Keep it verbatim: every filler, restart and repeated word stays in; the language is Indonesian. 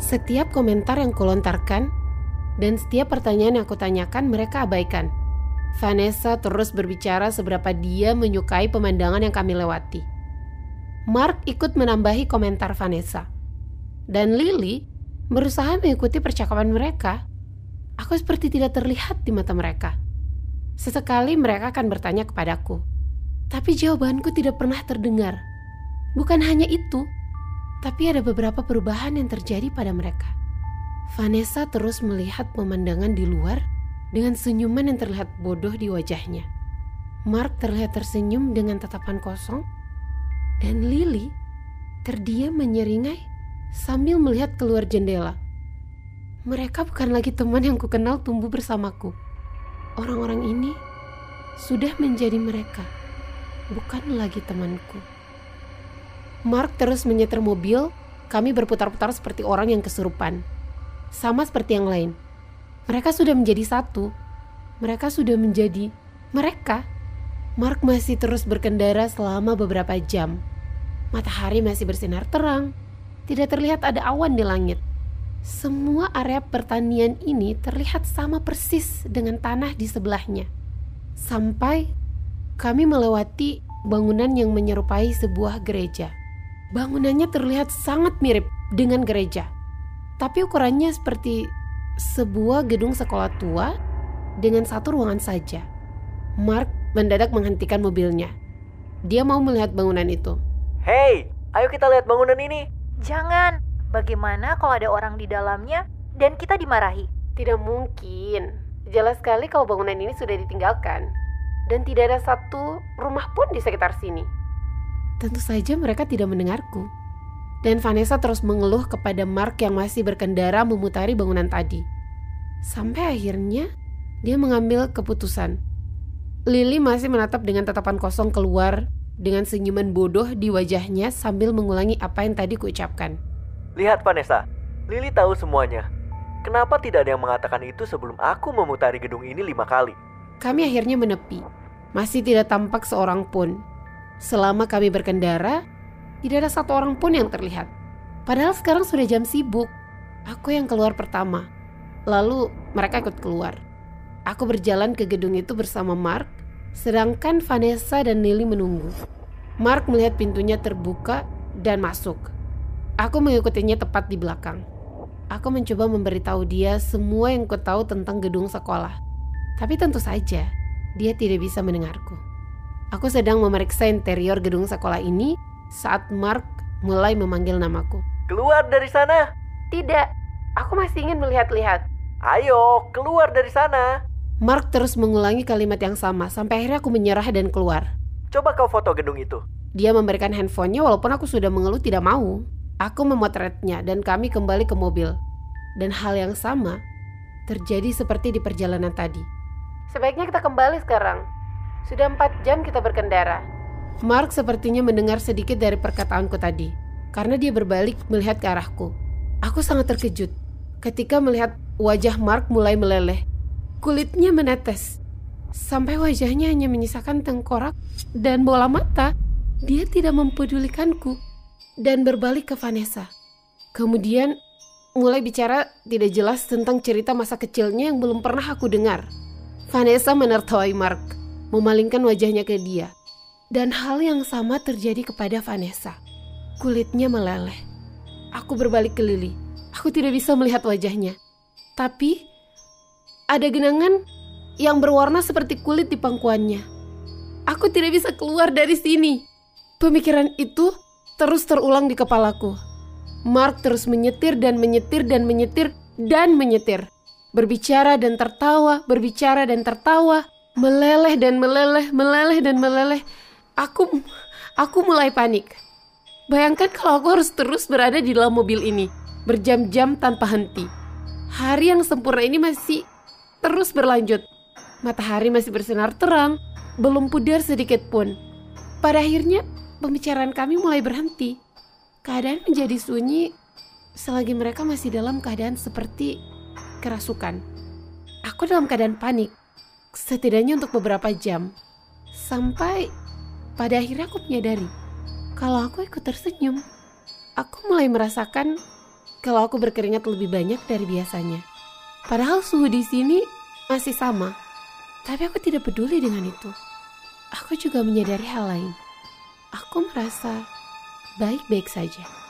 Setiap komentar yang kulontarkan dan setiap pertanyaan yang aku tanyakan mereka abaikan. Vanessa terus berbicara seberapa dia menyukai pemandangan yang kami lewati. Mark ikut menambahi komentar Vanessa. Dan Lily berusaha mengikuti percakapan mereka. Aku seperti tidak terlihat di mata mereka. Sesekali mereka akan bertanya kepadaku, tapi jawabanku tidak pernah terdengar. Bukan hanya itu, tapi ada beberapa perubahan yang terjadi pada mereka. Vanessa terus melihat pemandangan di luar dengan senyuman yang terlihat bodoh di wajahnya. Mark terlihat tersenyum dengan tatapan kosong, dan Lily terdiam menyeringai sambil melihat keluar jendela. Mereka bukan lagi teman yang kukenal tumbuh bersamaku. Orang-orang ini sudah menjadi mereka, bukan lagi temanku. Mark terus menyetir mobil, kami berputar-putar seperti orang yang kesurupan. Sama seperti yang lain. Mereka sudah menjadi satu. Mereka sudah menjadi mereka. Mark masih terus berkendara selama beberapa jam. Matahari masih bersinar terang. Tidak terlihat ada awan di langit. Semua area pertanian ini terlihat sama persis dengan tanah di sebelahnya. Sampai kami melewati bangunan yang menyerupai sebuah gereja. Bangunannya terlihat sangat mirip dengan gereja. Tapi ukurannya seperti sebuah gedung sekolah tua dengan satu ruangan saja. Mark mendadak menghentikan mobilnya. Dia mau melihat bangunan itu. Hei, ayo kita lihat bangunan ini. Jangan. Bagaimana kalau ada orang di dalamnya dan kita dimarahi? Tidak mungkin. Jelas sekali kalau bangunan ini sudah ditinggalkan. Dan tidak ada satu rumah pun di sekitar sini. Tentu saja mereka tidak mendengarku. Dan Vanessa terus mengeluh kepada Mark yang masih berkendara memutari bangunan tadi. Sampai akhirnya dia mengambil keputusan. Lily masih menatap dengan tatapan kosong keluar dengan senyuman bodoh di wajahnya sambil mengulangi apa yang tadi kuucapkan. Lihat Vanessa, Lily tahu semuanya. Kenapa tidak ada yang mengatakan itu sebelum aku memutari gedung ini lima kali? Kami akhirnya menepi. Masih tidak tampak seorang pun. Selama kami berkendara, tidak ada satu orang pun yang terlihat. Padahal sekarang sudah jam sibuk. Aku yang keluar pertama. Lalu mereka ikut keluar. Aku berjalan ke gedung itu bersama Mark, sedangkan Vanessa dan Lily menunggu. Mark melihat pintunya terbuka dan masuk. Aku mengikutinya tepat di belakang. Aku mencoba memberitahu dia semua yang ku tahu tentang gedung sekolah. Tapi tentu saja, dia tidak bisa mendengarku. Aku sedang memeriksa interior gedung sekolah ini saat Mark mulai memanggil namaku. Keluar dari sana. Tidak, aku masih ingin melihat-lihat. Ayo, keluar dari sana. Mark terus mengulangi kalimat yang sama sampai akhirnya aku menyerah dan keluar. Coba kau foto gedung itu. Dia memberikan handphonenya walaupun aku sudah mengeluh tidak mau. Aku memotretnya dan kami kembali ke mobil. Dan hal yang sama terjadi seperti di perjalanan tadi. Sebaiknya kita kembali sekarang. Sudah empat jam kita berkendara. Mark sepertinya mendengar sedikit dari perkataanku tadi. Karena dia berbalik melihat ke arahku. Aku sangat terkejut ketika melihat wajah Mark mulai meleleh. Kulitnya menetes. Sampai wajahnya hanya menyisakan tengkorak dan bola mata. Dia tidak mempedulikanku. Dan berbalik ke Vanessa. Kemudian mulai bicara tidak jelas tentang cerita masa kecilnya yang belum pernah aku dengar. Vanessa menertawai Mark, memalingkan wajahnya ke dia. Dan hal yang sama terjadi kepada Vanessa. Kulitnya meleleh. Aku berbalik ke Lily. Aku tidak bisa melihat wajahnya. Tapi ada genangan yang berwarna seperti kulit di pangkuannya. Aku tidak bisa keluar dari sini. Pemikiran itu terus terulang di kepalaku. Mark terus menyetir dan menyetir dan menyetir dan menyetir. Berbicara dan tertawa, berbicara dan tertawa, meleleh dan meleleh, meleleh dan meleleh. Aku, aku mulai panik. Bayangkan kalau aku harus terus berada di dalam mobil ini, berjam-jam tanpa henti. Hari yang sempurna ini masih terus berlanjut. Matahari masih bersinar terang, belum pudar sedikit pun. Pada akhirnya, pembicaraan kami mulai berhenti. Keadaan menjadi sunyi selagi mereka masih dalam keadaan seperti kerasukan. Aku dalam keadaan panik, setidaknya untuk beberapa jam. Sampai pada akhirnya aku menyadari kalau aku ikut tersenyum. Aku mulai merasakan kalau aku berkeringat lebih banyak dari biasanya. Padahal suhu di sini masih sama. Tapi aku tidak peduli dengan itu. Aku juga menyadari hal lain. Aku merasa baik-baik saja.